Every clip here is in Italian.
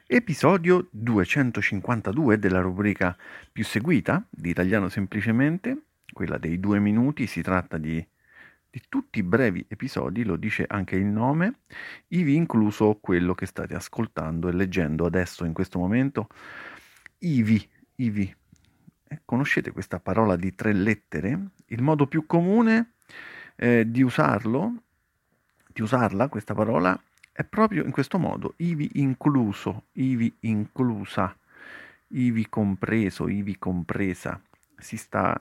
Episodio 252 della rubrica più seguita di Italiano Semplicemente, quella dei 2 minuti. Si tratta di tutti brevi episodi, lo dice anche il nome, ivi incluso quello che state ascoltando e leggendo adesso in questo momento. Ivi. Conoscete questa parola di 3 lettere? Il modo più comune di usarla, questa parola, è proprio in questo modo: ivi incluso, ivi inclusa, ivi compreso, ivi compresa. Si sta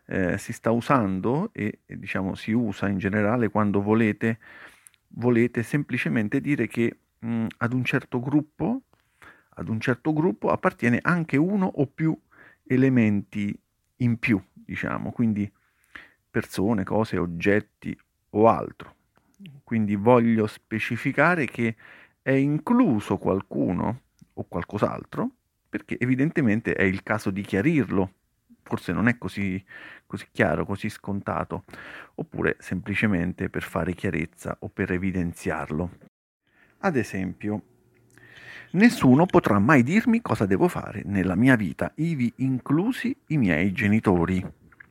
usando e diciamo si usa in generale quando volete semplicemente dire che ad un certo gruppo appartiene anche uno o più elementi in più, diciamo, quindi persone, cose, oggetti o altro. Quindi voglio specificare che è incluso qualcuno o qualcos'altro, perché evidentemente è il caso di chiarirlo. Forse non è così chiaro, così scontato, oppure semplicemente per fare chiarezza o per evidenziarlo. Ad esempio, nessuno potrà mai dirmi cosa devo fare nella mia vita, ivi inclusi i miei genitori.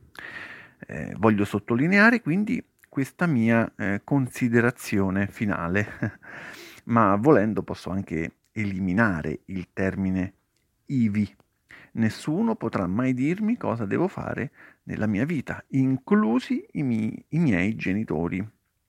Voglio sottolineare quindi questa mia considerazione finale, ma volendo posso anche eliminare il termine ivi. Nessuno potrà mai dirmi cosa devo fare nella mia vita, inclusi i miei genitori.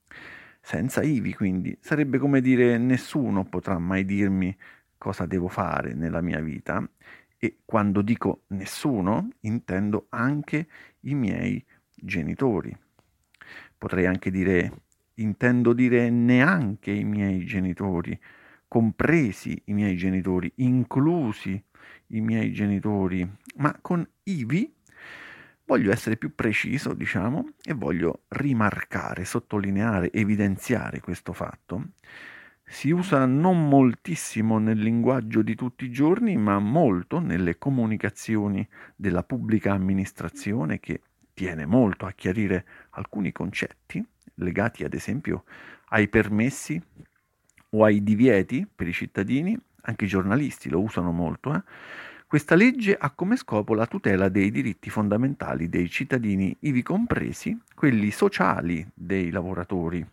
Senza ivi, quindi, sarebbe come dire: nessuno potrà mai dirmi cosa devo fare nella mia vita, e quando dico nessuno intendo anche i miei genitori. Potrei anche intendo dire neanche i miei genitori, compresi i miei genitori, inclusi i miei genitori, ma con ivi voglio essere più preciso, diciamo, e voglio rimarcare, sottolineare, evidenziare questo fatto. Si usa non moltissimo nel linguaggio di tutti i giorni, ma molto nelle comunicazioni della pubblica amministrazione, che tiene molto a chiarire alcuni concetti legati ad esempio ai permessi o ai divieti per i cittadini. Anche i giornalisti lo usano molto. Questa legge ha come scopo la tutela dei diritti fondamentali dei cittadini, ivi compresi quelli sociali dei lavoratori.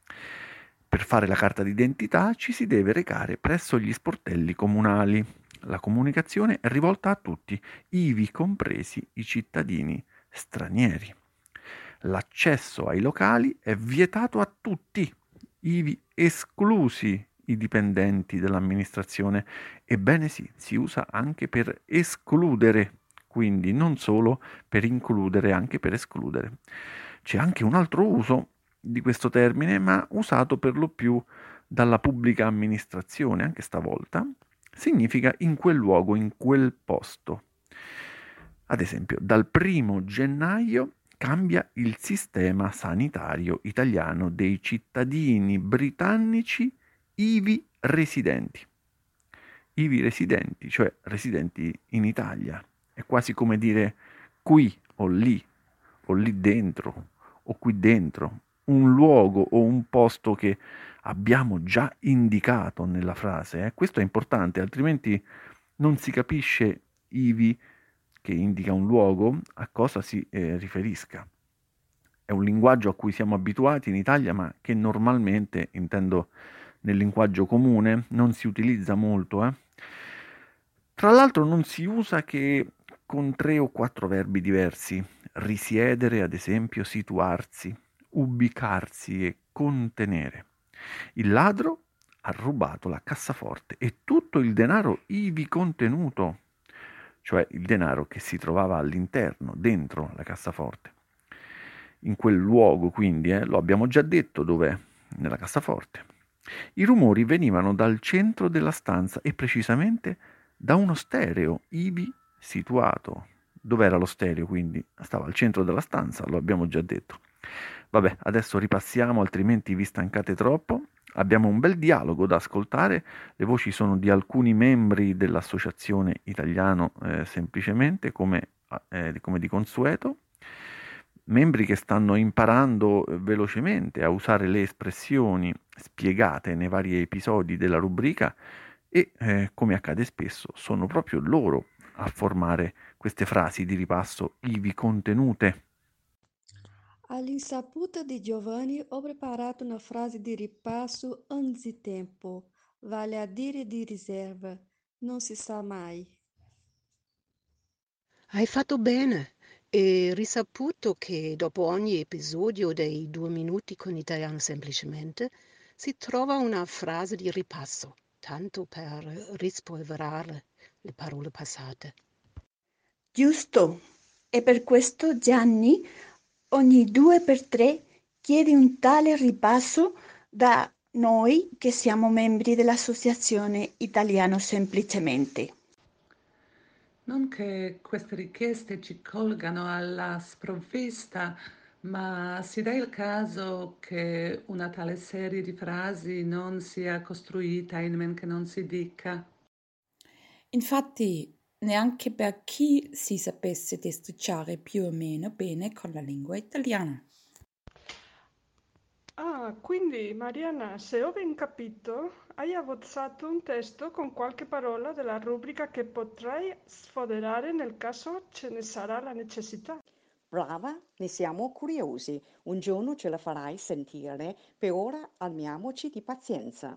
Per fare la carta d'identità ci si deve recare presso gli sportelli comunali. La comunicazione è rivolta a tutti, ivi compresi i cittadini stranieri. L'accesso ai locali è vietato a tutti, ivi esclusi i dipendenti dell'amministrazione. Ebbene sì, si usa anche per escludere, quindi non solo per includere, anche per escludere. C'è anche un altro uso di questo termine, ma usato per lo più dalla pubblica amministrazione, anche stavolta. Significa in quel luogo, in quel posto. Ad esempio, dal 1° gennaio cambia il sistema sanitario italiano dei cittadini britannici ivi residenti. Ivi residenti, cioè residenti in Italia. È quasi come dire qui o lì dentro o qui dentro, un luogo o un posto che abbiamo già indicato nella frase. Questo è importante, altrimenti non si capisce ivi, che indica un luogo, a cosa si riferisca. È un linguaggio a cui siamo abituati in Italia, ma che normalmente, intendo nel linguaggio comune, non si utilizza molto. Tra l'altro non si usa che con 3 o 4 verbi diversi: risiedere, ad esempio, situarsi, ubicarsi e contenere. Il ladro ha rubato la cassaforte e tutto il denaro ivi contenuto, cioè il denaro che si trovava all'interno, dentro la cassaforte. In quel luogo, quindi, lo abbiamo già detto dov'è, nella cassaforte. I rumori venivano dal centro della stanza e precisamente da uno stereo ivi situato. Dov'era lo stereo, quindi? Stava al centro della stanza, lo abbiamo già detto. Vabbè, adesso ripassiamo, altrimenti vi stancate troppo. Abbiamo un bel dialogo da ascoltare, le voci sono di alcuni membri dell'Associazione Italiano Semplicemente, come di consueto, membri che stanno imparando velocemente a usare le espressioni spiegate nei vari episodi della rubrica e, come accade spesso, sono proprio loro a formare queste frasi di ripasso ivi contenute. All'insaputa di Giovanni ho preparato una frase di ripasso anzitempo, vale a dire di riserva, non si sa mai. Hai fatto bene. E risaputo che dopo ogni episodio dei 2 minuti con Italiano semplicemente si trova una frase di ripasso, tanto per rispolverare le parole passate. Giusto. E per questo Gianni ogni 2 per 3 chiede un tale ripasso da noi che siamo membri dell'Associazione Italiano Semplicemente. Non che queste richieste ci colgano alla sprovvista, ma si dà il caso che una tale serie di frasi non sia costruita in men che non si dica. Infatti, neanche per chi si sapesse testicciare più o meno bene con la lingua italiana. Ah, quindi Mariana, se ho ben capito, hai abbozzato un testo con qualche parola della rubrica che potrai sfoderare nel caso ce ne sarà la necessità. Brava, ne siamo curiosi. Un giorno ce la farai sentire. Per ora armiamoci di pazienza.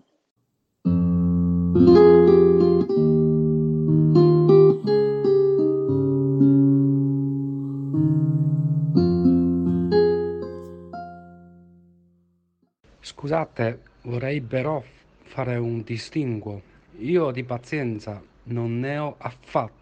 Scusate, vorrei però fare un distinguo. Io di pazienza non ne ho affatto.